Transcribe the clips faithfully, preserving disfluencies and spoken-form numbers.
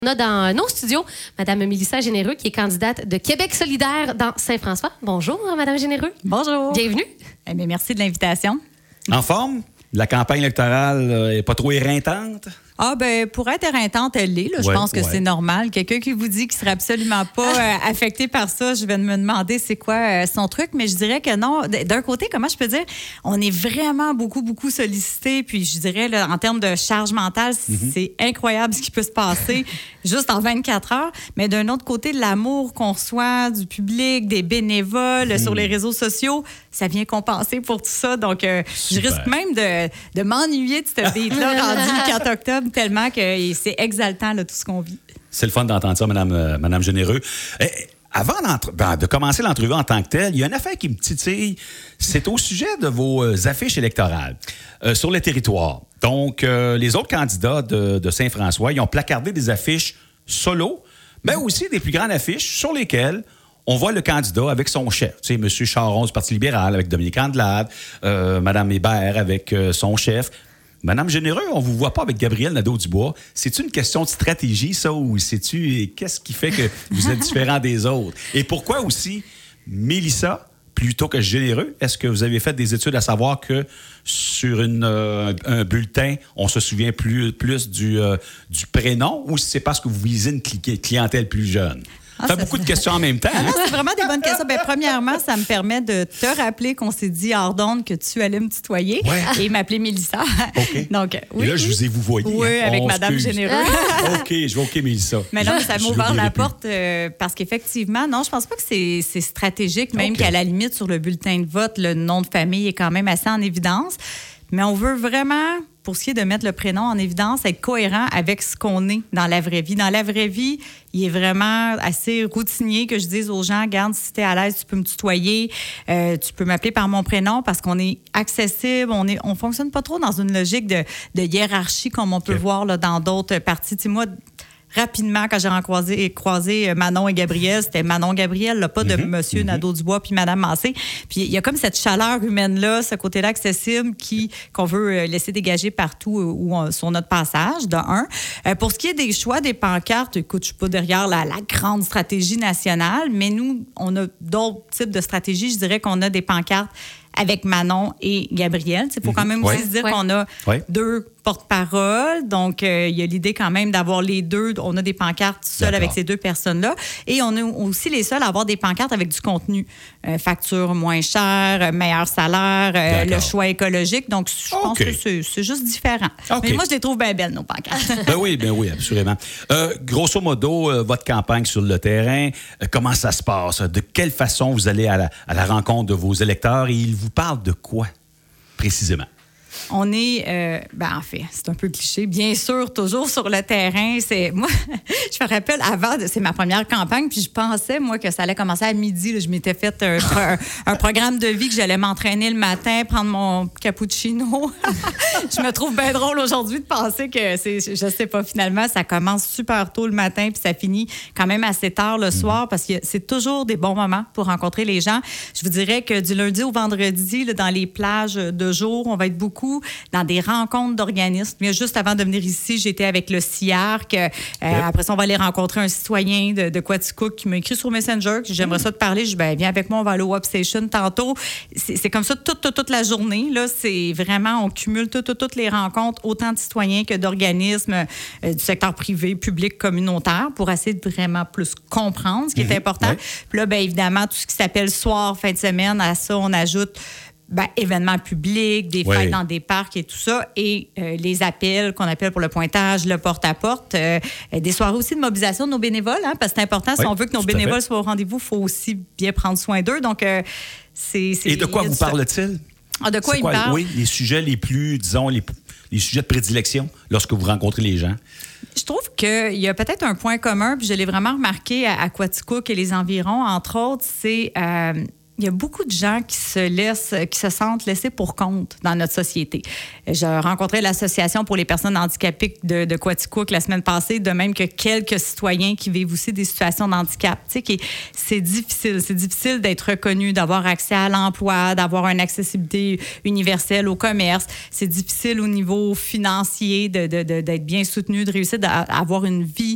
On a dans nos studios Mme Mélissa Généreux, qui est candidate de Québec solidaire dans Saint-François. Bonjour, Mme Généreux. Bonjour. Bienvenue. Eh bien, merci de l'invitation. En forme? La campagne électorale n'est pas trop éreintante? Ah, ben pour être éreintante, elle l'est. Là. Je ouais, pense que ouais. c'est normal. Quelqu'un qui vous dit qu'il ne serait absolument pas euh, affecté par ça, je vais me demander c'est quoi euh, son truc. Mais je dirais que non. D'un côté, comment je peux dire, on est vraiment beaucoup, beaucoup sollicité. Puis je dirais, là, en termes de charge mentale, mm-hmm. c'est incroyable ce qui peut se passer juste en vingt-quatre heures. Mais d'un autre côté, l'amour qu'on reçoit du public, des bénévoles mm. sur les réseaux sociaux, ça vient compenser pour tout ça. Donc, euh, je risque même de, de m'ennuyer de cette beat-là rendu le quatre octobre. Tellement que c'est exaltant, là, tout ce qu'on vit. C'est le fun d'entendre ça, Mme, euh, Mme Généreux. Eh, avant ben, de commencer l'entrevue en tant que telle, il y a une affaire qui me titille. C'est au sujet de vos euh, affiches électorales euh, sur le territoire. Donc, euh, les autres candidats de, de Saint-François, ils ont placardé des affiches solo, mais aussi des plus grandes affiches sur lesquelles on voit le candidat avec son chef. Tu sais, M. Charon du Parti libéral avec Dominique Andelade, euh, Mme Hébert avec euh, son chef. Madame Généreux, on ne vous voit pas avec Gabriel Nadeau-Dubois. C'est-tu une question de stratégie, ça, ou c'est-tu qu'est-ce qui fait que vous êtes différent des autres? Et pourquoi aussi Mélissa plutôt que Généreux? Est-ce que vous avez fait des études à savoir que sur une, euh, un bulletin, on se souvient plus, plus du, euh, du prénom, ou c'est parce que vous visez une cli- clientèle plus jeune? Ah, ça fait beaucoup de questions en même temps. Ah, c'est vraiment des bonnes questions. Bien, premièrement, ça me permet de te rappeler qu'on s'est dit hors d'onde que tu allais me tutoyer ouais. et m'appeler Mélissa. OK. Donc, oui, et là, je vous ai vous voyé. Oui, hein? avec on Mme excuse. Généreux. OK, je vais OK, Mélissa. Mais non, mais ça m'a ouvert la porte euh, parce qu'effectivement, non, je pense pas que c'est, c'est stratégique, même okay. qu'à la limite, sur le bulletin de vote, le nom de famille est quand même assez en évidence. Mais on veut vraiment, pour ce qui est de mettre le prénom en évidence, être cohérent avec ce qu'on est dans la vraie vie. Dans la vraie vie, il est vraiment assez routinier que je dise aux gens, regarde, si t'es à l'aise, tu peux me tutoyer, euh, tu peux m'appeler par mon prénom parce qu'on est accessible, on est, on fonctionne pas trop dans une logique de, de hiérarchie comme on peut okay. voir là, dans d'autres parties. Tu sais, moi, rapidement, quand j'ai croisé, croisé Manon et Gabriel, c'était Manon-Gabriel, là, pas de mm-hmm. Monsieur mm-hmm. Nadeau-Dubois puis Mme Massé. Puis il y a comme cette chaleur humaine-là, ce côté-là accessible qui, qu'on veut laisser dégager partout où on, sur notre passage, de un. Euh, pour ce qui est des choix des pancartes, écoute, je suis pas derrière la, la grande stratégie nationale, mais nous, on a d'autres types de stratégies. Je dirais qu'on a des pancartes avec Manon et Gabriel. Il faut quand même ouais. aussi se dire ouais. qu'on a ouais. deux porte-parole. Donc, euh, il y a l'idée quand même d'avoir les deux. On a des pancartes seules avec ces deux personnes-là. Et on est aussi les seuls à avoir des pancartes avec du contenu. Euh, facture moins chère, meilleur salaire, euh, le choix écologique. Donc, je okay. pense que c'est, c'est juste différent. Okay. Mais moi, je les trouve bien belles, nos pancartes. Ben oui, ben oui, absolument. Euh, grosso modo, euh, votre campagne sur le terrain, euh, comment ça se passe? De quelle façon vous allez à la, à la rencontre de vos électeurs et ils vous parlent de quoi, précisément? On est, euh, ben en fait, c'est un peu cliché, bien sûr, toujours sur le terrain. C'est moi, je me rappelle avant, c'est ma première campagne, puis je pensais moi que ça allait commencer à midi. Là, je m'étais fait un, un, un programme de vie que j'allais m'entraîner le matin, prendre mon cappuccino. Je me trouve bien drôle aujourd'hui de penser que c'est, je sais pas, finalement, ça commence super tôt le matin, puis ça finit quand même assez tard le soir, parce que c'est toujours des bons moments pour rencontrer les gens. Je vous dirais que du lundi au vendredi, là, dans les plages de jour, on va être beaucoup dans des rencontres d'organismes. Mais juste avant de venir ici, j'étais avec le C I A R C. Euh, yep. Après ça, on va aller rencontrer un citoyen de, de Quaticook qui m'a écrit sur Messenger. J'aimerais mm. ça te parler. Je dis, ben, viens avec moi, on va aller au Upstation tantôt. C'est, c'est comme ça toute, toute, toute la journée. Là, c'est vraiment, on cumule toutes, toutes, toutes les rencontres, autant de citoyens que d'organismes euh, du secteur privé, public, communautaire, pour essayer de vraiment plus comprendre ce qui mm-hmm. est important. Ouais. Puis là, bien évidemment, tout ce qui s'appelle soir, fin de semaine, à ça, on ajoute Ben, événements publics, des oui. fêtes dans des parcs et tout ça, et euh, les appels qu'on appelle pour le pointage, le porte-à-porte, euh, des soirées aussi de mobilisation de nos bénévoles, hein, parce que c'est important, oui, si on veut que nos bénévoles soient au rendez-vous, il faut aussi bien prendre soin d'eux. Donc, euh, c'est, c'est... Et de quoi vous parle-t-il? Ah, de quoi il parle? Oui, les sujets les plus, disons, les, les sujets de prédilection lorsque vous rencontrez les gens. Je trouve qu'il y a peut-être un point commun, puis je l'ai vraiment remarqué à, à Quaticook et les environs, entre autres, c'est... Euh, il y a beaucoup de gens qui se laissent, qui se sentent laissés pour compte dans notre société. J'ai rencontré l'Association pour les personnes handicapées de, de Quaticook la semaine passée, de même que quelques citoyens qui vivent aussi des situations de handicap. Tu sais, qui, c'est difficile. C'est difficile d'être reconnu, d'avoir accès à l'emploi, d'avoir une accessibilité universelle au commerce. C'est difficile au niveau financier de, de, de, d'être bien soutenu, de réussir à avoir une vie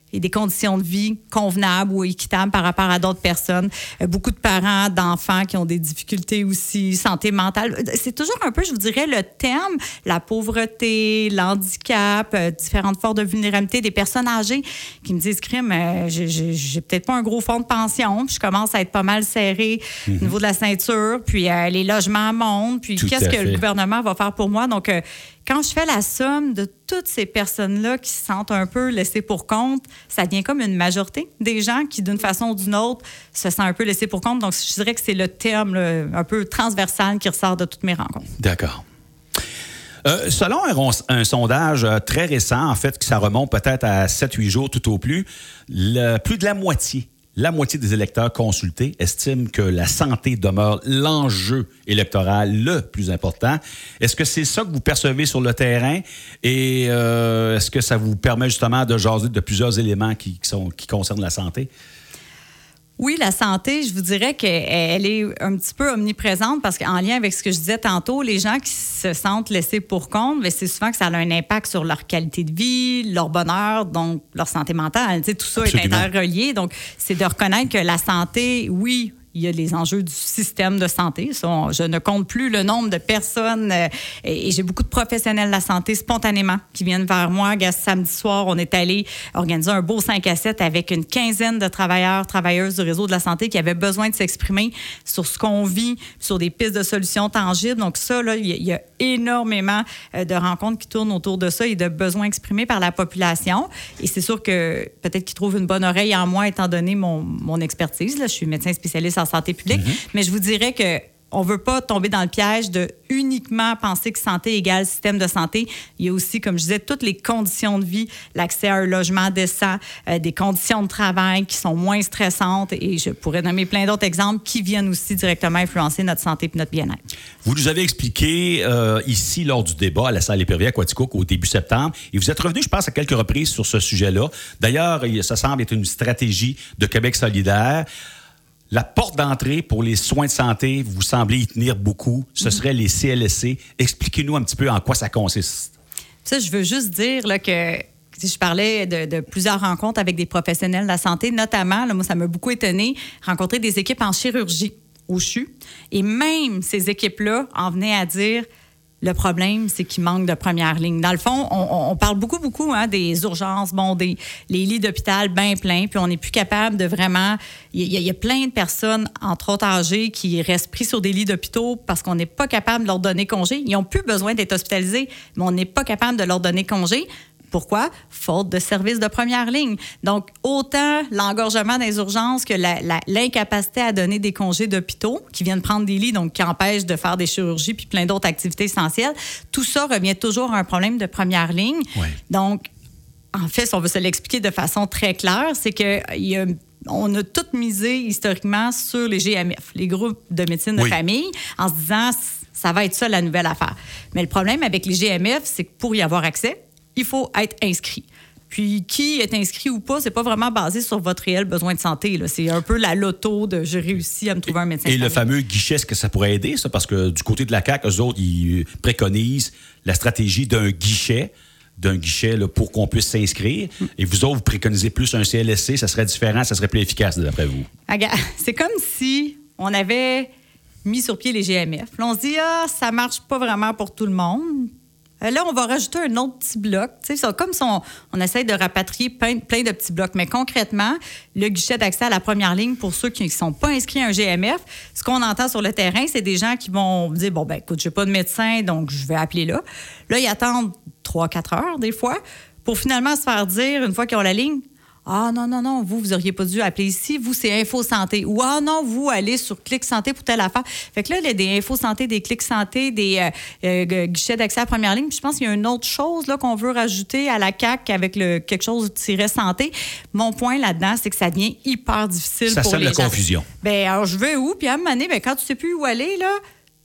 et des conditions de vie convenables ou équitables par rapport à d'autres personnes. Euh, beaucoup de parents d'enfants qui ont des difficultés aussi, santé mentale. C'est toujours un peu, je vous dirais, le thème, la pauvreté, l'handicap, euh, différentes formes de vulnérabilité des personnes âgées qui me disent, crime, euh, j'ai, j'ai, j'ai peut-être pas un gros fonds de pension, puis je commence à être pas mal serré mm-hmm. au niveau de la ceinture, puis euh, les logements montent, puis Tout qu'est-ce que fait. le gouvernement va faire pour moi? Donc, euh, quand je fais la somme de toutes ces personnes-là qui se sentent un peu laissées pour compte, ça devient comme une majorité des gens qui, d'une façon ou d'une autre, se sentent un peu laissés pour compte. Donc, je dirais que c'est le terme là, un peu transversal qui ressort de toutes mes rencontres. D'accord. Euh, selon un, un sondage très récent, en fait, qui ça remonte peut-être à sept huit jours tout au plus, le, plus de la moitié La moitié des électeurs consultés estiment que la santé demeure l'enjeu électoral le plus important. Est-ce que c'est ça que vous percevez sur le terrain? Et euh, est-ce que ça vous permet justement de jaser de plusieurs éléments qui, qui, sont, qui concernent la santé? Oui, la santé, je vous dirais qu'elle est un petit peu omniprésente parce qu'en lien avec ce que je disais tantôt, les gens qui se sentent laissés pour compte, bien, c'est souvent que ça a un impact sur leur qualité de vie, leur bonheur, donc leur santé mentale. Tu sais, tout ça Absolument. Est interrelié. Donc, c'est de reconnaître que la santé, oui, il y a les enjeux du système de santé. Ça, on, je ne compte plus le nombre de personnes euh, et, et j'ai beaucoup de professionnels de la santé spontanément qui viennent vers moi. Gas, samedi soir, on est allé organiser un beau cinq à sept avec une quinzaine de travailleurs, travailleuses du réseau de la santé qui avaient besoin de s'exprimer sur ce qu'on vit, sur des pistes de solutions tangibles. Donc ça, là, il y, y a énormément euh, de rencontres qui tournent autour de ça et de besoins exprimés par la population. Et c'est sûr que peut-être qu'ils trouvent une bonne oreille en moi étant donné mon, mon expertise. Là, je suis médecin spécialiste en santé publique, mm-hmm. mais je vous dirais que on veut pas tomber dans le piège de uniquement penser que santé égale système de santé. Il y a aussi, comme je disais, toutes les conditions de vie, l'accès à un logement décent, euh, des conditions de travail qui sont moins stressantes et je pourrais nommer plein d'autres exemples qui viennent aussi directement influencer notre santé et notre bien-être. Vous nous avez expliqué euh, ici lors du débat à la salle Épervier à Quaticook au début septembre et vous êtes revenu, je pense, à quelques reprises sur ce sujet-là. D'ailleurs, ça semble être une stratégie de Québec solidaire. La porte d'entrée pour les soins de santé, vous semblez y tenir beaucoup. Ce serait les C L S C. Expliquez-nous un petit peu en quoi ça consiste. Ça, je veux juste dire là, que si je parlais de, de plusieurs rencontres avec des professionnels de la santé, notamment, là, moi, ça m'a beaucoup étonné, rencontrer des équipes en chirurgie au C H U. Et même ces équipes-là en venaient à dire... Le problème, c'est qu'il manque de première ligne. Dans le fond, on, on parle beaucoup, beaucoup hein, des urgences, bon, des les lits d'hôpital bien pleins, puis on n'est plus capable de vraiment... Il y, y a plein de personnes, entre autres âgées, qui restent pris sur des lits d'hôpitaux parce qu'on n'est pas capable de leur donner congé. Ils n'ont plus besoin d'être hospitalisés, mais on n'est pas capable de leur donner congé. Pourquoi? Faute de services de première ligne. Donc, autant l'engorgement des urgences que la, la, l'incapacité à donner des congés d'hôpitaux qui viennent prendre des lits, donc qui empêchent de faire des chirurgies puis plein d'autres activités essentielles, tout ça revient toujours à un problème de première ligne. Oui. Donc, en fait, si on veut se l'expliquer de façon très claire, c'est que il y a on a tout misé historiquement sur les G M F, les groupes de médecine de oui. famille, en se disant ça va être ça la nouvelle affaire. Mais le problème avec les G M F, c'est que pour y avoir accès, il faut être inscrit. Puis, qui est inscrit ou pas, c'est pas vraiment basé sur votre réel besoin de santé. Là. C'est un peu la loto de « j'ai réussi à me trouver un médecin ». Et le fameux guichet, est-ce que ça pourrait aider, ça? Parce que du côté de la C A Q, eux autres, ils préconisent la stratégie d'un guichet, d'un guichet là, pour qu'on puisse s'inscrire. Mm. Et vous autres, vous préconisez plus un C L S C, ça serait différent, ça serait plus efficace, d'après vous? Regarde, c'est comme si on avait mis sur pied les G M F. Là, on se dit « ah, ça marche pas vraiment pour tout le monde ». Là, on va rajouter un autre petit bloc. Tu sais, c'est comme si on, on essaie de rapatrier plein, plein de petits blocs. Mais concrètement, le guichet d'accès à la première ligne, pour ceux qui ne sont pas inscrits à un G M F, ce qu'on entend sur le terrain, c'est des gens qui vont dire, bon, ben écoute, j'ai pas de médecin, donc je vais appeler là. Là, ils attendent trois quatre heures, des fois, pour finalement se faire dire, une fois qu'ils ont la ligne, ah non, non, non, vous, vous auriez pas dû appeler ici. Vous, c'est Info Santé. Ou ah non, vous, allez sur Clic Santé pour telle affaire. Fait que là, il y a des Info Santé, des Clic Santé, des euh, euh, guichets d'accès à la première ligne. Puis je pense qu'il y a une autre chose là, qu'on veut rajouter à la C A Q avec le quelque chose de santé. Mon point là-dedans, c'est que ça devient hyper difficile ça pour les gens. Ça sème la confusion. Bien, alors, je vais où? Puis à un moment donné, bien, quand tu sais plus où aller, là,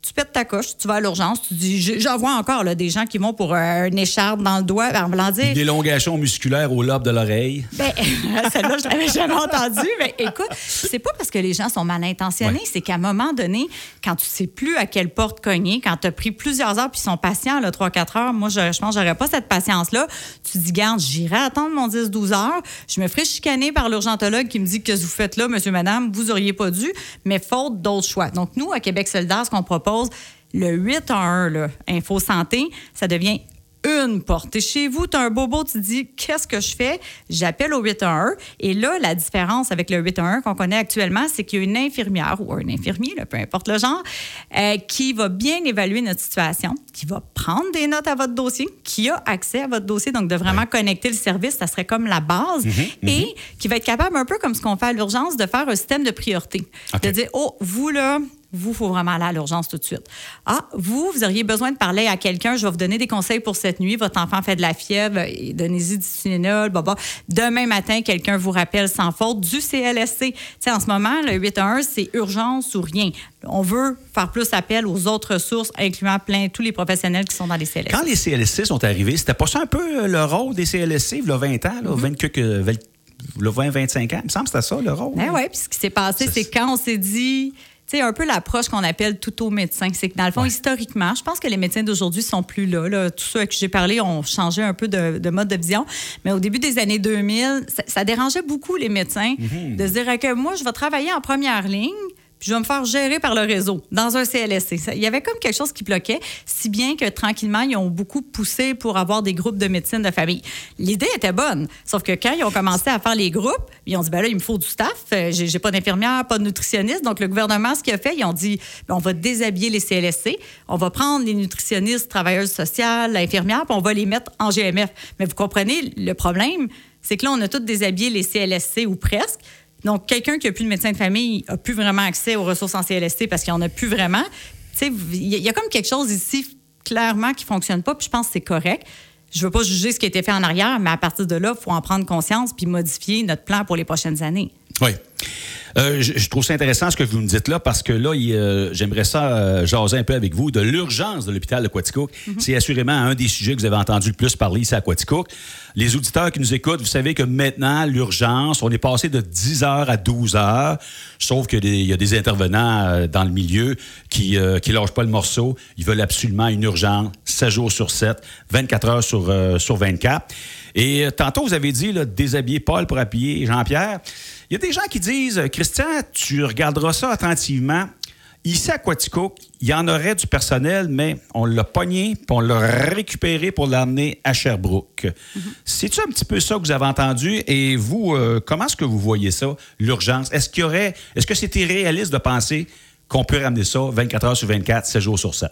tu pètes ta coche, tu vas à l'urgence, tu dis, j'en vois encore là, des gens qui vont pour euh, une écharpe dans le doigt, en voulant dire... Une élongation musculaire au lobe de l'oreille. Bien, celle-là, je l'avais jamais entendue, mais écoute, c'est pas parce que les gens sont mal intentionnés, ouais. c'est qu'à un moment donné, quand tu sais plus à quelle porte cogner, quand tu as pris plusieurs heures puis ils sont patients, là, trois quatre heures, moi, je, je pense que j'aurais pas cette patience-là. Tu dis, garde, j'irai attendre mon dix douze heures, je me ferai chicaner par l'urgentologue qui me dit, qu'est-ce que vous faites là, monsieur, madame, vous auriez pas dû, mais faute d'autres choix. Donc, nous, à Québec solidaire, ce qu'on propose, le huit un un, là, Info Santé, ça devient une porte. T'es chez vous, tu as un bobo, tu te dis, qu'est-ce que je fais? J'appelle au huit un un. Et là, la différence avec le huit un un qu'on connaît actuellement, c'est qu'il y a une infirmière ou un infirmier, là, peu importe le genre, euh, qui va bien évaluer notre situation, qui va prendre des notes à votre dossier, qui a accès à votre dossier, donc de vraiment ouais. connecter le service, ça serait comme la base, mm-hmm, et mm-hmm. qui va être capable, un peu comme ce qu'on fait à l'urgence, de faire un système de priorité. Okay. De dire, oh, vous, là, vous, il faut vraiment aller à l'urgence tout de suite. Ah, vous, vous auriez besoin de parler à quelqu'un. Je vais vous donner des conseils pour cette nuit. Votre enfant fait de la fièvre. Donnez-y du Tylenol. Bah, bah. Demain matin, quelqu'un vous rappelle sans faute du C L S C. Tu sais, en ce moment, le huit un un, c'est urgence ou rien. On veut faire plus appel aux autres ressources, incluant plein tous les professionnels qui sont dans les C L S C. Quand les C L S C sont arrivés, c'était pas ça un peu le rôle des C L S C, il y a vingt ans, là, mm-hmm. vingt, que, vingt, vingt, vingt-cinq ans? Il me semble que c'était ça, le rôle. Ben oui, puis ce qui s'est passé, c'est, c'est quand on s'est dit... Tu sais, un peu l'approche qu'on appelle tout au médecin. C'est que dans le fond, ouais. historiquement, je pense que les médecins d'aujourd'hui sont plus là, là. Tous ceux à qui j'ai parlé ont changé un peu de, de mode de vision. Mais au début des années deux mille, ça, ça dérangeait beaucoup les médecins mm-hmm. de se dire que moi, je vais travailler en première ligne, puis je vais me faire gérer par le réseau dans un C L S C. Il y avait comme quelque chose qui bloquait, si bien que tranquillement, ils ont beaucoup poussé pour avoir des groupes de médecine de famille. L'idée était bonne, sauf que quand ils ont commencé à faire les groupes, ils ont dit, ben là, il me faut du staff, j'ai, j'ai pas d'infirmière, pas de nutritionniste. Donc, le gouvernement, ce qu'il a fait, ils ont dit, ben, on va déshabiller les C L S C, on va prendre les nutritionnistes, travailleuses sociales, l'infirmière, puis on va les mettre en G M F. Mais vous comprenez, le problème, c'est que là, on a tous déshabillé les C L S C ou presque. Donc, quelqu'un qui n'a plus de médecin de famille n'a plus vraiment accès aux ressources en C L S C parce qu'il n'y en a plus vraiment. Tu sais, il y a comme quelque chose ici, clairement, qui ne fonctionne pas, puis je pense que c'est correct. Je ne veux pas juger ce qui a été fait en arrière, mais à partir de là, il faut en prendre conscience puis modifier notre plan pour les prochaines années. Oui. Euh, je, je trouve ça intéressant ce que vous me dites là parce que là, il, euh, j'aimerais ça euh, jaser un peu avec vous de l'urgence de l'hôpital de Quaticook. Mm-hmm. C'est assurément un des sujets que vous avez entendu le plus parler ici à Quaticook. Les auditeurs qui nous écoutent, vous savez que maintenant, l'urgence, on est passé de dix heures à douze heures, sauf qu'il y a des intervenants euh, dans le milieu qui euh, qui lâchent pas le morceau. Ils veulent absolument une urgence, sept jours sur sept, vingt-quatre heures sur, euh, sur vingt-quatre. Et euh, tantôt, vous avez dit, là, déshabiller Paul pour habiller Jean-Pierre. Il y a des gens qui disent, Christian, tu regarderas ça attentivement. Ici, à Quaticook, il y en aurait du personnel, mais on l'a pogné puis on l'a récupéré pour l'amener à Sherbrooke. Mm-hmm. C'est-tu un petit peu ça que vous avez entendu? Et vous, euh, comment est-ce que vous voyez ça, l'urgence? Est-ce qu'il y aurait, est-ce que c'était réaliste de penser qu'on peut ramener ça vingt-quatre heures sur vingt-quatre, sept jours sur sept?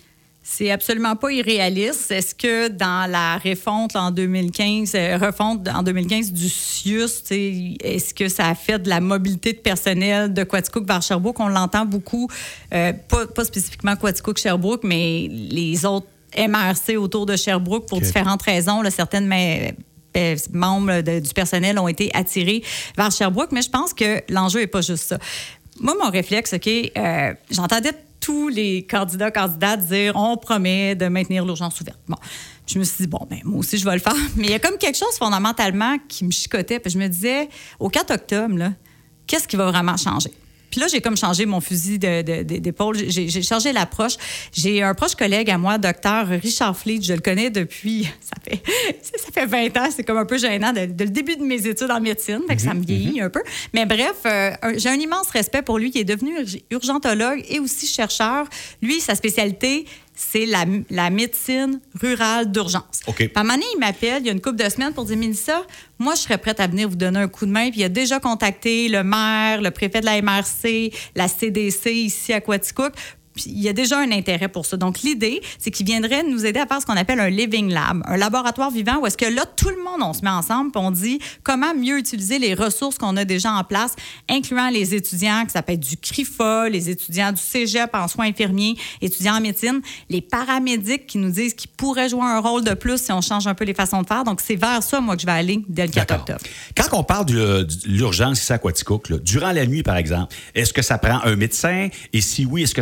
C'est absolument pas irréaliste. Est-ce que dans la refonte là, en deux mille quinze, euh, refonte en deux mille quinze du C I U S, est-ce que ça a fait de la mobilité de personnel de Quaticook vers Sherbrooke? On l'entend beaucoup, euh, pas, pas spécifiquement Quaticook-Sherbrooke, mais les autres M R C autour de Sherbrooke pour okay. différentes raisons. Là, certaines mais, euh, membres de, du personnel ont été attirés vers Sherbrooke, mais je pense que l'enjeu n'est pas juste ça. Moi, mon réflexe, OK, euh, j'entendais tous les candidats, candidates dire on promet de maintenir l'urgence ouverte. Bon, je me suis dit, bon, ben moi aussi, je vais le faire. Mais il y a comme quelque chose fondamentalement qui me chicotait. Puis je me disais, au quatre octobre, là, qu'est-ce qui va vraiment changer? Puis là, j'ai comme changé mon fusil de, de, de, d'épaule. J'ai, j'ai changé l'approche. J'ai un proche collègue à moi, docteur Richard Fleet. Je le connais depuis, ça fait, ça fait vingt ans. C'est comme un peu gênant de, de le début de mes études en médecine. Fait que ça me vieillit un peu. Mais bref, euh, j'ai un immense respect pour lui qui est devenu urgentologue et aussi chercheur. Lui, sa spécialité, c'est la, la médecine rurale d'urgence. Okay. À un moment donné, il m'appelle il y a une couple de semaines pour dire « Mélissa, moi, je serais prête à venir vous donner un coup de main. » Puis il a déjà contacté le maire, le préfet de la M R C, la C D C ici à Quaticook. Puis il y a déjà un intérêt pour ça. Donc, l'idée, c'est qu'il viendrait nous aider à faire ce qu'on appelle un living lab, un laboratoire vivant où est-ce que là, tout le monde, on se met ensemble puis on dit comment mieux utiliser les ressources qu'on a déjà en place, incluant les étudiants, que ça peut être du C R I F A, les étudiants du cégep en soins infirmiers, étudiants en médecine, les paramédics qui nous disent qu'ils pourraient jouer un rôle de plus si on change un peu les façons de faire. Donc, c'est vers ça, moi, que je vais aller dès le quatre octobre. Quand on parle de, de l'urgence ici à Quaticook, là, durant la nuit, par exemple, est-ce que ça prend un médecin? Et si oui, est-ce que ça prend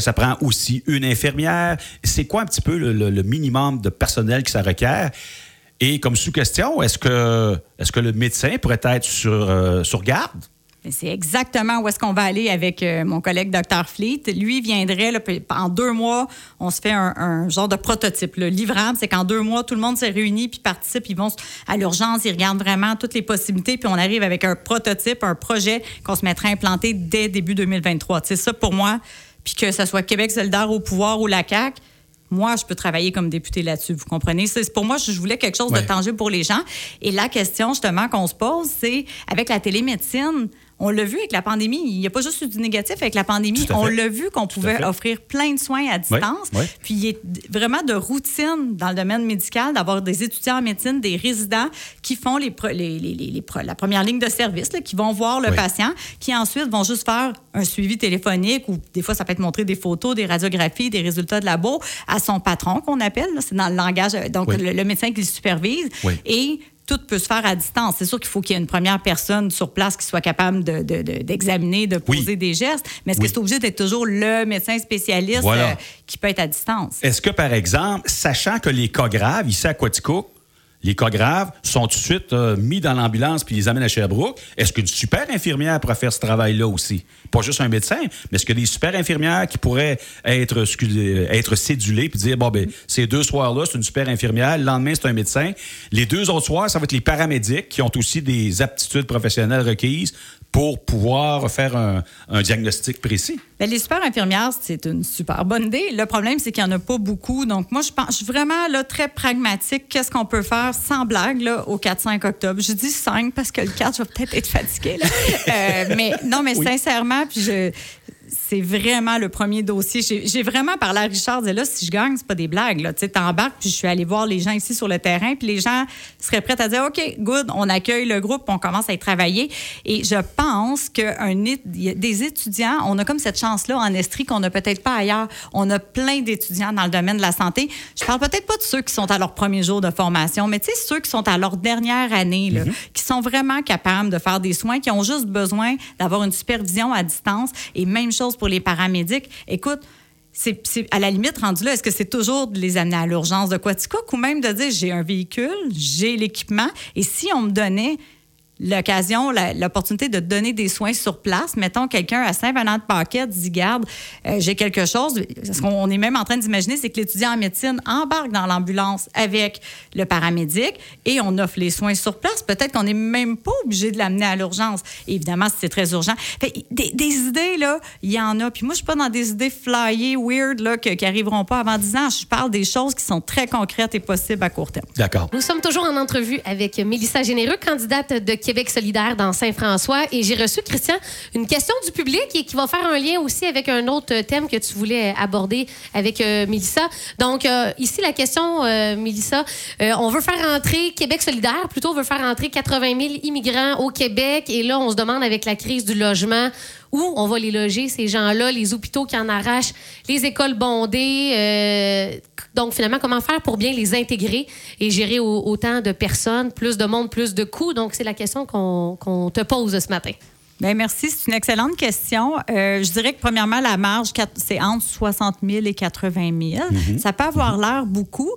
aussi une infirmière. C'est quoi un petit peu le, le, le minimum de personnel que ça requiert? Et comme sous-question, est-ce que, est-ce que le médecin pourrait être sur, euh, sur garde? C'est exactement où est-ce qu'on va aller avec euh, mon collègue docteur Fleet. Lui viendrait, là, en deux mois, on se fait un, un genre de prototype. Le livrable, c'est qu'en deux mois, tout le monde s'est réuni puis participe. Ils vont à l'urgence, ils regardent vraiment toutes les possibilités puis on arrive avec un prototype, un projet qu'on se mettra à implanter dès début deux mille vingt-trois. C'est ça pour moi, puis que ce soit Québec solidaire au pouvoir ou la C A Q, moi, je peux travailler comme députée là-dessus, vous comprenez? C'est, pour moi, je voulais quelque chose ouais. de tangible pour les gens. Et la question, justement, qu'on se pose, c'est, avec la télémédecine, on l'a vu avec la pandémie, il n'y a pas juste eu du négatif avec la pandémie, on l'a vu qu'on pouvait offrir plein de soins à distance. Oui, oui. Puis il est vraiment de routine dans le domaine médical d'avoir des étudiants en médecine, des résidents qui font les, les, les, les, les la première ligne de service, là, qui vont voir le oui. patient, qui ensuite vont juste faire un suivi téléphonique ou des fois, ça peut être montrer des photos, des radiographies, des résultats de labo à son patron qu'on appelle. Là, c'est dans le langage, donc oui. le, le médecin qui le supervise. Oui. Et tout peut se faire à distance. C'est sûr qu'il faut qu'il y ait une première personne sur place qui soit capable de, de, de, d'examiner, de poser oui. des gestes. Mais est-ce oui. que c'est obligé d'être toujours le médecin spécialiste voilà. euh, qui peut être à distance? Est-ce que, par exemple, sachant que les cas graves, ici à Quaticook, les cas graves sont tout de suite euh, mis dans l'ambulance puis les amènent à Sherbrooke, est-ce qu'une super infirmière pourrait faire ce travail-là aussi? Pas juste un médecin, mais est-ce que des super infirmières qui pourraient être, excusez, être cédulées puis dire, bon, ben ces deux soirs-là, c'est une super infirmière, le lendemain, c'est un médecin. Les deux autres soirs, ça va être les paramédics qui ont aussi des aptitudes professionnelles requises pour pouvoir faire un, un diagnostic précis. Bien, les super infirmières, c'est une super bonne idée. Le problème, c'est qu'il n'y en a pas beaucoup. Donc, moi, je pense, je suis vraiment là, très pragmatique. Qu'est-ce qu'on peut faire sans blague là, au quatre cinq octobre? Je dis cinq parce que le quatre, je vais peut-être être fatiguée. Là. euh, mais non, mais oui. sincèrement, puis je... c'est vraiment le premier dossier. J'ai, j'ai vraiment parlé à Richard, disais là, si je gagne, c'est pas des blagues. Tu sais, t'embarques, puis je suis allée voir les gens ici sur le terrain, puis les gens seraient prêts à dire, OK, good, on accueille le groupe, on commence à y travailler. Et je pense que un, des étudiants, on a comme cette chance-là en Estrie qu'on n'a peut-être pas ailleurs. On a plein d'étudiants dans le domaine de la santé. Je parle peut-être pas de ceux qui sont à leur premier jour de formation, mais tu sais, ceux qui sont à leur dernière année, là, mm-hmm. qui sont vraiment capables de faire des soins, qui ont juste besoin d'avoir une supervision à distance. Et même chose pour les paramédics. Écoute, c'est, c'est à la limite rendu là, est-ce que c'est toujours de les amener à l'urgence de Quaticook ou même de dire j'ai un véhicule, j'ai l'équipement et si on me donnait l'occasion, la, l'opportunité de donner des soins sur place. Mettons, quelqu'un à Saint-Venant-de-Paquette dit, garde, euh, j'ai quelque chose. Ce qu'on est même en train d'imaginer, c'est que l'étudiant en médecine embarque dans l'ambulance avec le paramédic et on offre les soins sur place. Peut-être qu'on n'est même pas obligé de l'amener à l'urgence. Et évidemment, si c'est très urgent. Fait, des, des idées, là, il y en a. Puis moi, je suis pas dans des idées flyées, weird, là, que, qui arriveront pas avant dix ans. Je parle des choses qui sont très concrètes et possibles à court terme. D'accord. Nous sommes toujours en entrevue avec Mélissa Généreux, candidate de Québec solidaire dans Saint-François. Et j'ai reçu, Christian, une question du public et qui va faire un lien aussi avec un autre thème que tu voulais aborder avec euh, Mélissa. Donc, euh, ici, la question, euh, Mélissa, euh, on veut faire entrer Québec solidaire, plutôt on veut faire entrer quatre-vingt mille immigrants au Québec. Et là, on se demande avec la crise du logement où on va les loger, ces gens-là, les hôpitaux qui en arrachent, les écoles bondées. Euh, donc, finalement, comment faire pour bien les intégrer et gérer au, autant de personnes, plus de monde, plus de coûts? Donc, c'est la question qu'on, qu'on te pose ce matin. Bien, merci. C'est une excellente question. Euh, je dirais que, premièrement, la marge, c'est entre soixante mille et quatre-vingt mille. Mm-hmm. Ça peut avoir l'air beaucoup.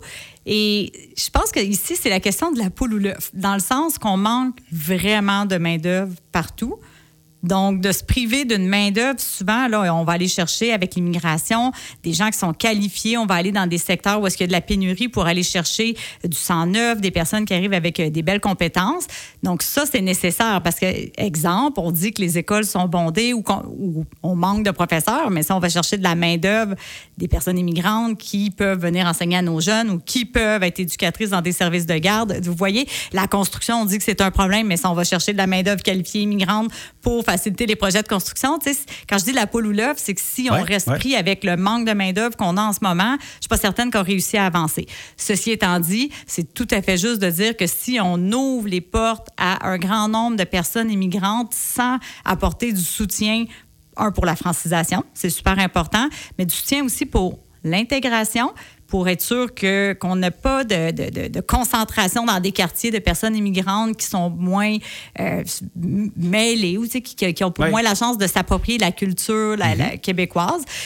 Et je pense qu'ici, c'est la question de la poule ou l'œuf, dans le sens qu'on manque vraiment de main-d'œuvre partout. Donc, de se priver d'une main-d'œuvre, souvent, là, on va aller chercher avec l'immigration des gens qui sont qualifiés. On va aller dans des secteurs où est-ce qu'il y a de la pénurie pour aller chercher du sang neuf, des personnes qui arrivent avec des belles compétences. Donc, ça, c'est nécessaire parce que, exemple, on dit que les écoles sont bondées ou qu'on ou on manque de professeurs, mais ça, on va chercher de la main-d'œuvre, des personnes immigrantes qui peuvent venir enseigner à nos jeunes ou qui peuvent être éducatrices dans des services de garde. Vous voyez, la construction, on dit que c'est un problème, mais ça, on va chercher de la main-d'œuvre qualifiée immigrante pour faciliter les projets de construction. Tu sais, quand je dis la poule ou l'œuf, c'est que si on ouais, reste ouais. pris avec le manque de main-d'œuvre qu'on a en ce moment, je suis pas certaine qu'on réussit à avancer. Ceci étant dit, c'est tout à fait juste de dire que si on ouvre les portes à un grand nombre de personnes immigrantes sans apporter du soutien, un, pour la francisation, c'est super important, mais du soutien aussi pour l'intégration, pour être sûr que, qu'on n'a pas de, de, de, de concentration dans des quartiers de personnes immigrantes qui sont moins euh, mêlées ou qui, qui ont ouais. moins la chance de s'approprier la culture la, mm-hmm. la québécoise.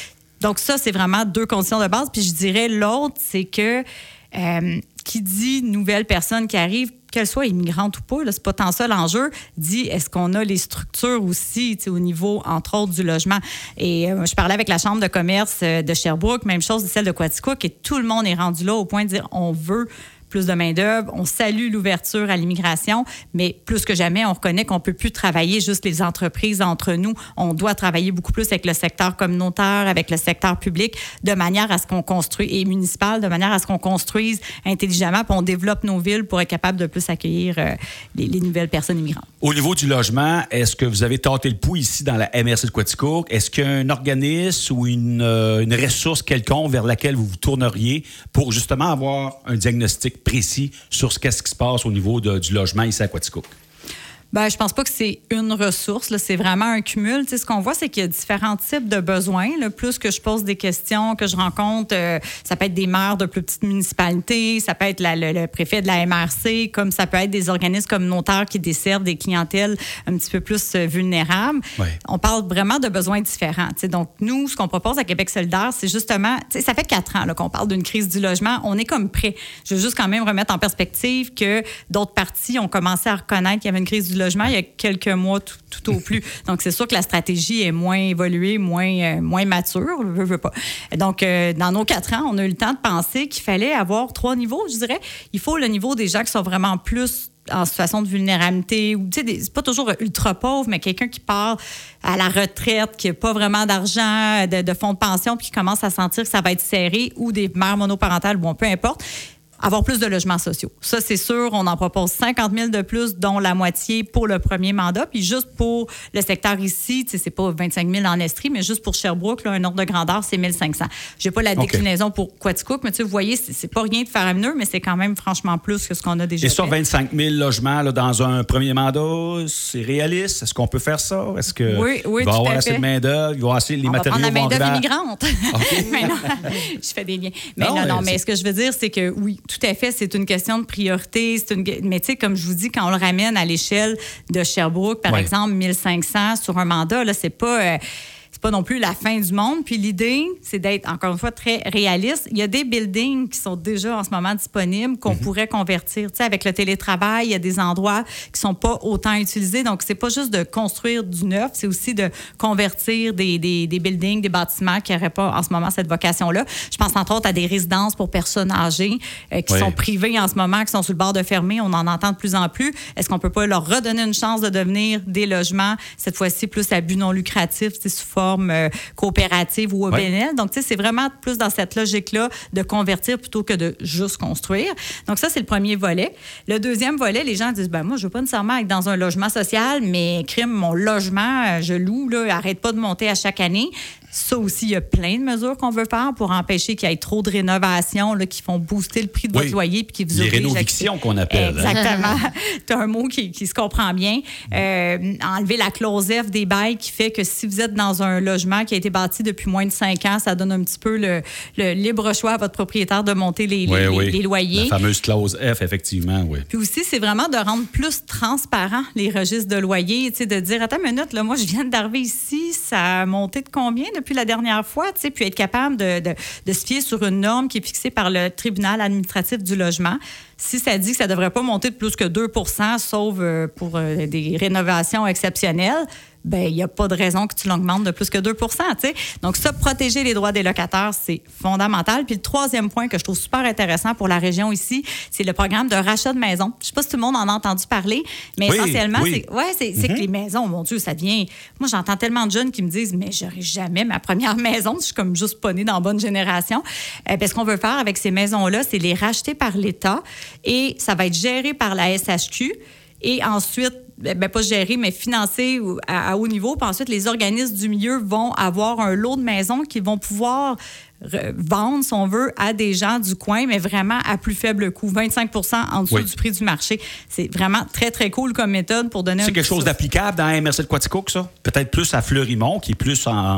Donc ça, c'est vraiment deux conditions de base. Puis je dirais l'autre, c'est que euh, qui dit nouvelle personne qui arrive, qu'elle soit immigrante ou pas, là, c'est pas tant ça l'enjeu, dit est-ce qu'on a les structures aussi au niveau, entre autres, du logement. Et euh, je parlais avec la Chambre de commerce de Sherbrooke, même chose de celle de Quaticook, et tout le monde est rendu là au point de dire on veut plus de main-d'œuvre, on salue l'ouverture à l'immigration, mais plus que jamais, on reconnaît qu'on ne peut plus travailler juste les entreprises entre nous. On doit travailler beaucoup plus avec le secteur communautaire, avec le secteur public, de manière à ce qu'on construise, et municipal, de manière à ce qu'on construise intelligemment, puis on développe nos villes pour être capable de plus accueillir euh, les, les nouvelles personnes immigrantes. Au niveau du logement, est-ce que vous avez tâté le pouls ici dans la M R C de Quaticook? Est-ce qu'il y a un organisme ou une, euh, une ressource quelconque vers laquelle vous vous tourneriez pour justement avoir un diagnostic précis sur ce qu'est-ce qui se passe au niveau de, du logement ici à Quaticook? Ben, je pense pas que c'est une ressource, là, c'est vraiment un cumul. Tu sais, ce qu'on voit, c'est qu'il y a différents types de besoins. Là. Plus que je pose des questions, que je rencontre, euh, ça peut être des maires de plus petites municipalités, ça peut être la, le, le préfet de la M R C, comme ça peut être des organismes communautaires qui desservent des clientèles un petit peu plus euh, vulnérables. Ouais. On parle vraiment de besoins différents. Tu sais, donc, nous, ce qu'on propose à Québec solidaire, c'est justement, tu sais, ça fait quatre ans là, qu'on parle d'une crise du logement. On est comme prêt. Je veux juste quand même remettre en perspective que d'autres partis ont commencé à reconnaître qu'il y avait une crise du logement il y a quelques mois tout, tout au plus. Donc, c'est sûr que la stratégie est moins évoluée, moins, euh, moins mature. Je veux, veux pas. Donc, euh, dans nos quatre ans, on a eu le temps de penser qu'il fallait avoir trois niveaux, je dirais. Il faut le niveau des gens qui sont vraiment plus en situation de vulnérabilité, ou tu sais, c'est pas toujours ultra pauvre, mais quelqu'un qui part à la retraite, qui n'a pas vraiment d'argent, de, de fonds de pension, puis qui commence à sentir que ça va être serré, ou des mères monoparentales, bon, peu importe. Avoir plus de logements sociaux. Ça, c'est sûr, on en propose cinquante mille de plus, dont la moitié pour le premier mandat. Puis juste pour le secteur ici, tu sais, c'est pas vingt-cinq mille en Estrie, mais juste pour Sherbrooke, là, un ordre de grandeur, c'est mille cinq cents. J'ai pas la déclinaison okay. pour Quaticook, mais tu sais, vous voyez, c'est, c'est pas rien de faramineux, mais c'est quand même franchement plus que ce qu'on a déjà Et fait. sur vingt-cinq mille logements là, dans un premier mandat, c'est réaliste? Est-ce qu'on peut faire ça? Est-ce que oui, oui, il va y avoir assez fait. de main-d'œuvre? Il va y avoir assez les on matériaux va prendre la main-d'œuvre immigrante. Okay. mais non, je fais des liens. Mais non, non, non, mais mais ce que je veux dire, c'est que oui, tout à fait, c'est une question de priorité. C'est une... Mais tu sais, comme je vous dis, quand on le ramène à l'échelle de Sherbrooke, par ouais. exemple, mille cinq cents sur un mandat, là, c'est pas... Euh, c'est pas non plus la fin du monde. Puis l'idée, c'est d'être, encore une fois, très réaliste. Il y a des buildings qui sont déjà en ce moment disponibles qu'on mm-hmm. pourrait convertir. Tu sais, avec le télétravail, il y a des endroits qui sont pas autant utilisés. Donc, c'est pas juste de construire du neuf, c'est aussi de convertir des, des, des buildings, des bâtiments qui n'auraient pas en ce moment cette vocation-là. Je pense entre autres à des résidences pour personnes âgées euh, qui oui. sont privées en ce moment, qui sont sur le bord de fermer. On en entend de plus en plus. Est-ce qu'on peut pas leur redonner une chance de devenir des logements, cette fois-ci plus à but non lucratif, sous forme Euh, coopérative ou O B N L. Ouais. Donc, tu sais, c'est vraiment plus dans cette logique-là de convertir plutôt que de juste construire. Donc, ça, c'est le premier volet. Le deuxième volet, les gens disent, ben moi, je veux pas nécessairement être dans un logement social, mais crime, mon logement, je loue, là, arrête pas de monter à chaque année. Ça aussi, il y a plein de mesures qu'on veut faire pour empêcher qu'il y ait trop de rénovations là, qui font booster le prix de votre oui. loyer puis qui vous Les obligent rénovictions qu'on appelle. Exactement. Hein? Tu as un mot qui, qui se comprend bien. Euh, enlever la clause F des bails qui fait que si vous êtes dans un logement qui a été bâti depuis moins de cinq ans, ça donne un petit peu le, le libre choix à votre propriétaire de monter les, oui, les, oui. les, les loyers. La fameuse clause F, effectivement, oui. Puis aussi, c'est vraiment de rendre plus transparent les registres de loyer, tu sais, de dire, attends une minute, là, moi, je viens d'arriver ici, ça a monté de combien depuis la dernière fois? Puis être capable de, de, de se fier sur une norme qui est fixée par le tribunal administratif du logement. Si ça dit que ça ne devrait pas monter de plus que deux pour cent, sauf euh, pour euh, des rénovations exceptionnelles, ben il n'y a pas de raison que tu l'augmentes de plus que deux pour cent. T'sais. Donc ça, protéger les droits des locataires, c'est fondamental. Puis le troisième point que je trouve super intéressant pour la région ici, c'est le programme de rachat de maisons. Je ne sais pas si tout le monde en a entendu parler, mais oui, essentiellement, oui. c'est, ouais, c'est, c'est mm-hmm. que les maisons, mon Dieu, ça devient... Moi, j'entends tellement de jeunes qui me disent, mais j'aurai jamais ma première maison. Je suis comme juste pas née dans la bonne génération. Euh, ben, ce qu'on veut faire avec ces maisons-là, c'est les racheter par l'État et ça va être géré par la S H Q. Et ensuite, ben pas géré, mais financé à, à haut niveau. Puis ensuite, les organismes du milieu vont avoir un lot de maisons qu'ils vont pouvoir re- vendre, si on veut, à des gens du coin, mais vraiment à plus faible coût, vingt-cinq pour cent en dessous oui. du prix du marché. C'est vraiment très, très cool comme méthode pour donner C'est un quelque chose souffle. D'applicable dans la M R C de Quaticook, ça? Peut-être plus à Fleurimont, qui est plus en,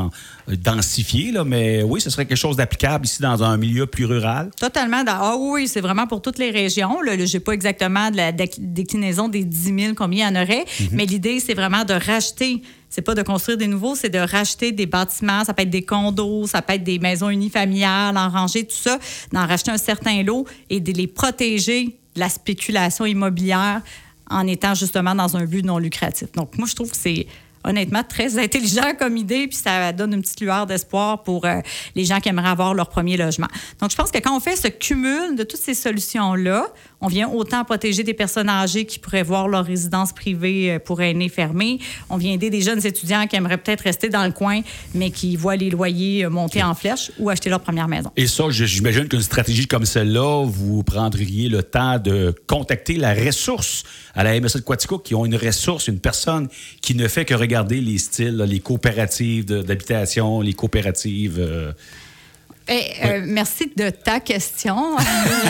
densifié, là, mais oui, ce serait quelque chose d'applicable ici dans un milieu plus rural. Totalement. Dans, ah oui, c'est vraiment pour toutes les régions. Je n'ai pas exactement de la déclinaison des dix mille, combien il y en aurait, mm-hmm. mais l'idée, c'est vraiment de racheter. C'est pas de construire des nouveaux, c'est de racheter des bâtiments. Ça peut être des condos, ça peut être des maisons unifamiliales, en rangée, tout ça, d'en racheter un certain lot et de les protéger de la spéculation immobilière en étant justement dans un but non lucratif. Donc, moi, je trouve que c'est honnêtement très intelligent comme idée, puis ça donne une petite lueur d'espoir pour euh, les gens qui aimeraient avoir leur premier logement. Donc, je pense que quand on fait ce cumul de toutes ces solutions-là, on vient autant protéger des personnes âgées qui pourraient voir leur résidence privée pour aînés fermée. On vient aider des jeunes étudiants qui aimeraient peut-être rester dans le coin, mais qui voient les loyers monter en flèche ou acheter leur première maison. Et ça, j'imagine qu'une stratégie comme celle-là, vous prendriez le temps de contacter la ressource à la M S A de Quaticook, qui ont une ressource, une personne qui ne fait que regarder les styles, les coopératives d'habitation, les coopératives... Euh Hey, euh, oui. Merci de ta question.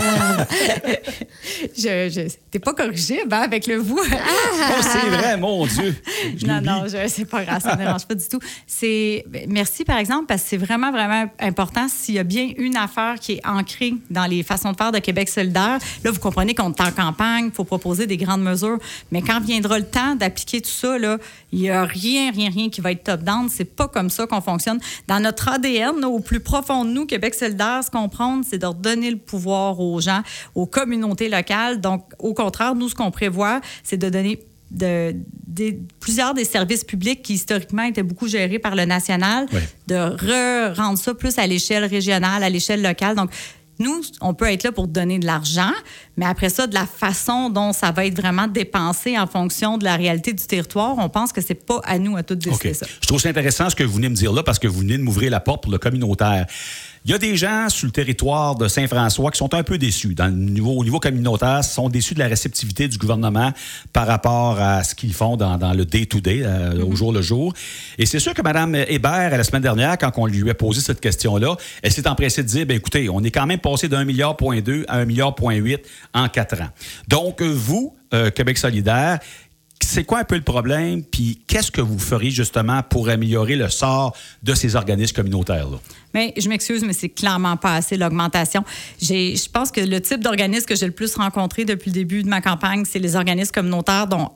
je, je, t'es pas corrigible hein, avec le vous. Oh, c'est vrai, mon Dieu. Je non, non, je, c'est pas grave, ça ne me dérange pas du tout. C'est, merci, par exemple, parce que c'est vraiment, vraiment important s'il y a bien une affaire qui est ancrée dans les façons de faire de Québec solidaire. Là, vous comprenez qu'on est en campagne, il faut proposer des grandes mesures, mais quand viendra le temps d'appliquer tout ça, là, il n'y a rien, rien, rien qui va être top-down. C'est pas comme ça qu'on fonctionne. Dans notre A D N, là, au plus profond de nous, Québec solidaire, ce qu'on prend, c'est de redonner le pouvoir aux gens, aux communautés locales. Donc, au contraire, nous, ce qu'on prévoit, c'est de donner de, de, plusieurs des services publics qui, historiquement, étaient beaucoup gérés par le national, oui. de re-rendre ça plus à l'échelle régionale, à l'échelle locale. Donc, nous, on peut être là pour donner de l'argent, mais après ça, de la façon dont ça va être vraiment dépensé en fonction de la réalité du territoire, on pense que c'est pas à nous à tout décider okay. ça. Je trouve ça intéressant ce que vous venez me dire là, parce que vous venez de m'ouvrir la porte pour le communautaire. Il y a des gens sur le territoire de Saint-François qui sont un peu déçus. Dans le niveau, au niveau communautaire, sont déçus de la réceptivité du gouvernement par rapport à ce qu'ils font dans, dans le day-to-day, euh, mm-hmm. au jour le jour. Et c'est sûr que Mme Hébert, la semaine dernière, quand on lui a posé cette question-là, elle s'est empressée de dire, bien, écoutez, on est quand même passé d'un milliard point deux à un milliard point huit en quatre ans. Donc, vous, euh, Québec solidaire, c'est quoi un peu le problème? Puis qu'est-ce que vous feriez justement pour améliorer le sort de ces organismes communautaires-là? Mais je m'excuse, mais c'est clairement pas assez l'augmentation. J'ai, je pense que le type d'organisme que j'ai le plus rencontré depuis le début de ma campagne, c'est les organismes communautaires, dont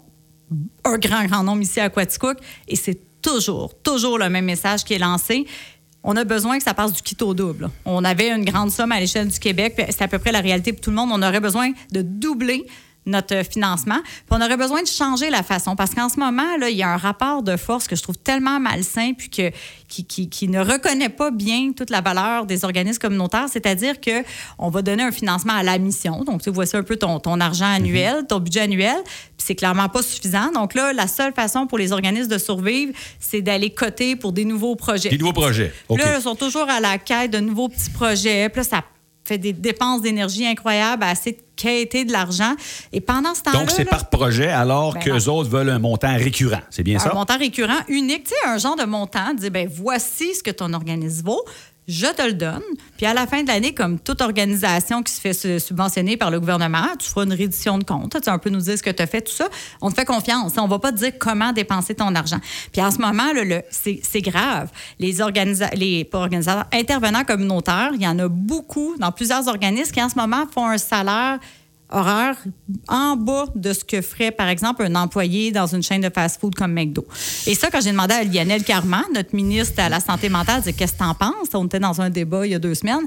un grand, grand nombre ici à Quaticook. Et c'est toujours, toujours le même message qui est lancé. On a besoin que ça passe du kit au double. On avait une grande somme à l'échelle du Québec, puis c'est à peu près la réalité pour tout le monde. On aurait besoin de doubler notre financement. Puis on aurait besoin de changer la façon, parce qu'en ce moment, là, il y a un rapport de force que je trouve tellement malsain, puis que, qui, qui, qui ne reconnaît pas bien toute la valeur des organismes communautaires, c'est-à-dire qu'on va donner un financement à la mission. Donc, tu vois, voici un peu ton, ton argent annuel, ton budget annuel, puis c'est clairement pas suffisant. Donc là, la seule façon pour les organismes de survivre, c'est d'aller coter pour des nouveaux projets. Des nouveaux projets, OK. Là, ils sont toujours à la quête de nouveaux petits projets, puis là, ça fait des dépenses d'énergie incroyables, assez de quêter de l'argent. Et pendant ce temps-là... Donc, c'est là, par projet, alors ben qu'eux autres veulent un montant récurrent. C'est bien un ça? Un montant récurrent, unique. Tu sais, un genre de montant, dire, ben voici ce que ton organisme vaut, je te le donne. Puis à la fin de l'année, comme toute organisation qui se fait subventionner par le gouvernement, tu feras une reddition de compte. Tu sais, un peu nous dire ce que tu as fait, tout ça. On te fait confiance. On ne va pas te dire comment dépenser ton argent. Puis en ce moment, là, le, c'est, c'est grave. Les, organisa- les pas organisateurs, intervenants communautaires, il y en a beaucoup dans plusieurs organismes qui en ce moment font un salaire horaire en bas de ce que ferait, par exemple, un employé dans une chaîne de fast-food comme McDo. Et ça, quand j'ai demandé à Lionel Carman, notre ministre à la Santé mentale, je dis, qu'est-ce que t'en penses? On était dans un débat il y a deux semaines.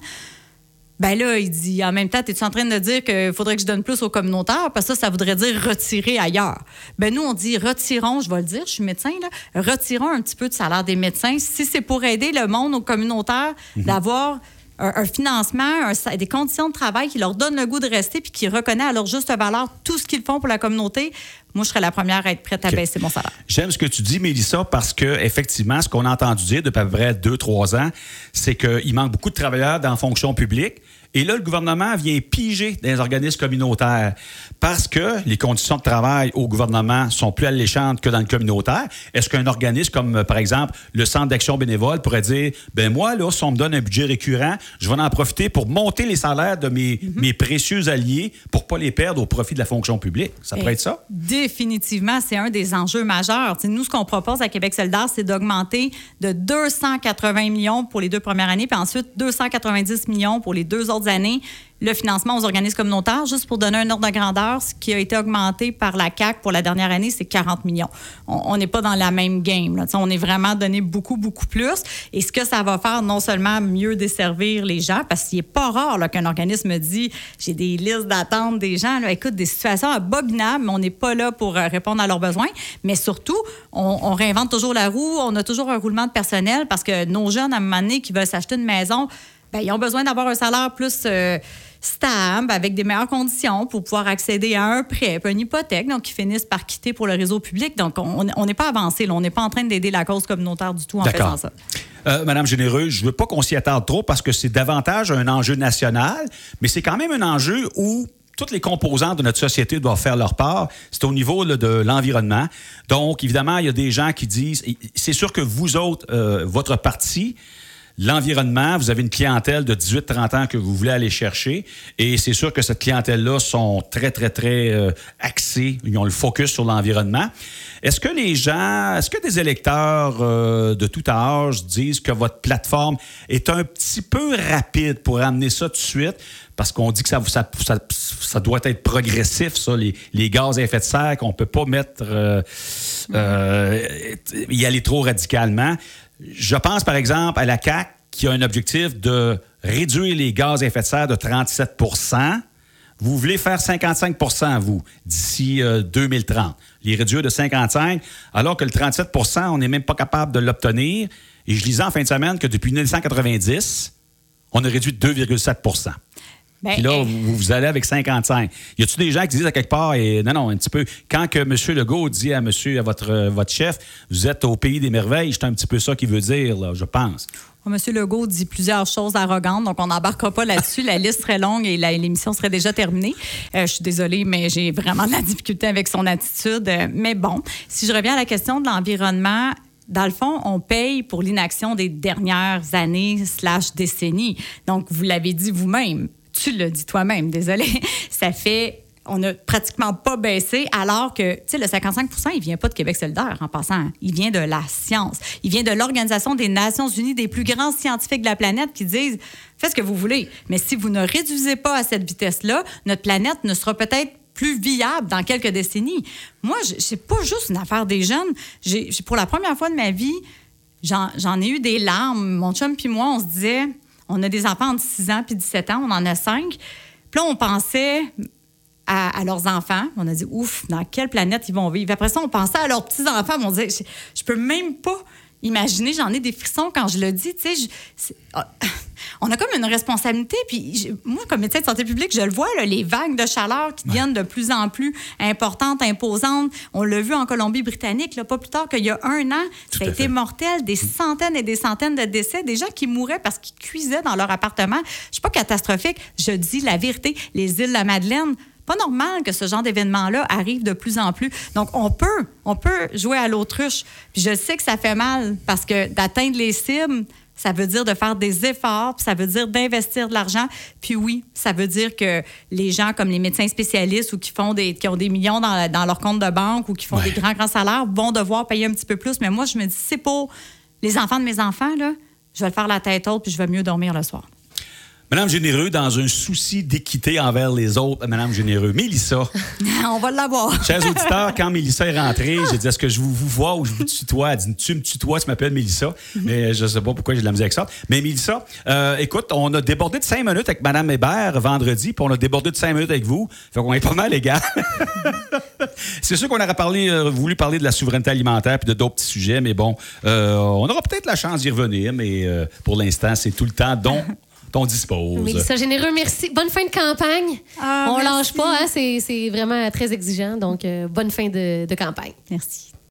Ben là, il dit, en même temps, es-tu en train de dire qu'il faudrait que je donne plus aux communautaires? Parce que ça, ça voudrait dire retirer ailleurs. Ben nous, on dit, retirons, je vais le dire, je suis médecin, là, retirons un petit peu de salaire des médecins. Si c'est pour aider le monde aux communautaires mm-hmm. d'avoir Un, un financement, un, des conditions de travail qui leur donnent le goût de rester puis qui reconnaît à leur juste valeur tout ce qu'ils font pour la communauté, moi, je serais la première à être prête à okay. baisser mon salaire. J'aime ce que tu dis, Mélissa, parce que effectivement, ce qu'on a entendu dire depuis à peu près deux, trois ans, c'est qu'il manque beaucoup de travailleurs dans la fonction publique Et là, le gouvernement vient piger dans les organismes communautaires parce que les conditions de travail au gouvernement sont plus alléchantes que dans le communautaire. Est-ce qu'un organisme comme, par exemple, le Centre d'action bénévole pourrait dire, ben moi, là, si on me donne un budget récurrent, je vais en profiter pour monter les salaires de mes, mm-hmm. mes précieux alliés pour ne pas les perdre au profit de la fonction publique? Ça pourrait Et être ça? Définitivement, c'est un des enjeux majeurs. T'sais, nous, ce qu'on propose à Québec solidaire, c'est d'augmenter de deux cent quatre-vingts millions pour les deux premières années, puis ensuite deux cent quatre-vingt-dix millions pour les deux autres années, le financement aux organismes communautaires. Juste pour donner un ordre de grandeur, ce qui a été augmenté par la C A Q pour la dernière année, c'est quarante millions. On n'est pas dans la même game. Là. On est vraiment donné beaucoup, beaucoup plus. Et ce que ça va faire, non seulement mieux desservir les gens, parce qu'il n'est pas rare là, qu'un organisme dit « j'ai des listes d'attente des gens, là, écoute, des situations abominables, mais on n'est pas là pour euh, répondre à leurs besoins. » Mais surtout, on, on réinvente toujours la roue, on a toujours un roulement de personnel parce que nos jeunes, à un moment donné, qui veulent s'acheter une maison, bien, ils ont besoin d'avoir un salaire plus... Euh, stable, avec des meilleures conditions pour pouvoir accéder à un prêt, puis une hypothèque, donc ils finissent par quitter pour le réseau public. Donc, on n'est pas avancé, là. On n'est pas en train d'aider la cause communautaire du tout en D'accord. faisant ça. Euh, Madame Généreux, je ne veux pas qu'on s'y attarde trop parce que c'est davantage un enjeu national, mais c'est quand même un enjeu où toutes les composantes de notre société doivent faire leur part. C'est au niveau là, de l'environnement. Donc, évidemment, il y a des gens qui disent... C'est sûr que vous autres, euh, votre parti... L'environnement, vous avez une clientèle de dix-huit à trente ans que vous voulez aller chercher et c'est sûr que cette clientèle-là sont très, très, très euh, axés. Ils ont le focus sur l'environnement. Est-ce que les gens, est-ce que des électeurs euh, de tout âge disent que votre plateforme est un petit peu rapide pour amener ça tout de suite? Parce qu'on dit que ça, ça, ça, ça doit être progressif, ça, les, les gaz à effet de serre, qu'on ne peut pas mettre, euh, euh, y aller trop radicalement. Je pense, par exemple, à la C A Q qui a un objectif de réduire les gaz à effet de serre de trente-sept pour cent. Vous voulez faire cinquante-cinq pour cent, vous, d'ici euh, deux mille trente. Les réduire de cinquante-cinq, alors que le trente-sept pour cent, on n'est même pas capable de l'obtenir. Et je lisais en fin de semaine que depuis dix-neuf cent quatre-vingt-dix, on a réduit de deux virgule sept pour cent. Puis là, vous, vous allez avec cinquante-cinq. Y a-t-il des gens qui disent à quelque part, et non, non, un petit peu, quand que M. Legault dit à monsieur, à votre, euh, votre chef, vous êtes au pays des merveilles, c'est un petit peu ça qu'il veut dire, là, je pense. M. Legault dit plusieurs choses arrogantes, donc on n'embarquera pas là-dessus. La liste serait longue et la, l'émission serait déjà terminée. Euh, je suis désolée, mais j'ai vraiment de la difficulté avec son attitude. Euh, mais bon, si je reviens à la question de l'environnement, dans le fond, on paye pour l'inaction des dernières années slash décennies. Donc, vous l'avez dit vous-même. Tu l'as dit toi-même, désolé. Ça fait... On n'a pratiquement pas baissé, alors que, tu sais, le cinquante-cinq pour cent, il ne vient pas de Québec solidaire, en passant. Il vient de la science. Il vient de l'Organisation des Nations unies, des plus grands scientifiques de la planète qui disent « Faites ce que vous voulez, mais si vous ne réduisez pas à cette vitesse-là, notre planète ne sera peut-être plus viable dans quelques décennies. » Moi, c'est pas juste une affaire des jeunes. J'ai, pour la première fois de ma vie, j'en, j'en ai eu des larmes. Mon chum puis moi, on se disait... On a des enfants entre six ans puis dix-sept ans, on en a cinq. Puis là, on pensait à, à leurs enfants. On a dit, ouf, dans quelle planète ils vont vivre? Après ça, on pensait à leurs petits-enfants. On disait, je, je peux même pas imaginer, j'en ai des frissons quand je le dis. Tu sais, on a comme une responsabilité. Puis je, moi, comme médecin de santé publique, je le vois, là, les vagues de chaleur qui deviennent de plus en plus importantes, imposantes. On l'a vu en Colombie-Britannique, là, pas plus tard qu'il y a un an. Tout ça a été fait. Mortel, des centaines et des centaines de décès, des gens qui mouraient parce qu'ils cuisaient dans leur appartement. Je suis pas catastrophique, je dis la vérité. Les îles de la Madeleine, pas normal que ce genre d'événement-là arrive de plus en plus. Donc, on peut, on peut jouer à l'autruche. Puis je sais que ça fait mal parce que d'atteindre les cibles, ça veut dire de faire des efforts, puis ça veut dire d'investir de l'argent. Puis oui, ça veut dire que les gens comme les médecins spécialistes ou qui font des, qui ont des millions dans, dans leur compte de banque ou qui font ouais. des grands, grands salaires vont devoir payer un petit peu plus. Mais moi, je me dis, c'est pour les enfants de mes enfants, là, je vais le faire la tête haute puis je vais mieux dormir le soir. Madame Généreux, dans un souci d'équité envers les autres, Madame Généreux, Mélissa. On va l'avoir. Chers auditeurs, quand Mélissa est rentrée, j'ai dit, est-ce que je vous, vous vois ou je vous tutoie? Elle dit, tu me tutoies, tu m'appelles Mélissa. Mm-hmm. Mais je ne sais pas pourquoi j'ai de la musique avec ça. Mais Mélissa, euh, écoute, on a débordé de cinq minutes avec Mme Hébert vendredi, puis on a débordé de cinq minutes avec vous. Fait qu'on est pas mal égales. C'est sûr qu'on aurait parlé, euh, voulu parler de la souveraineté alimentaire puis de d'autres petits sujets, mais bon, euh, on aura peut-être la chance d'y revenir, mais euh, pour l'instant, c'est tout le temps dont on dispose. Mélissa Généreux, merci. Bonne fin de campagne. Ah, on merci. lâche pas, hein? c'est, c'est vraiment très exigeant, donc euh, bonne fin de, de campagne. Merci.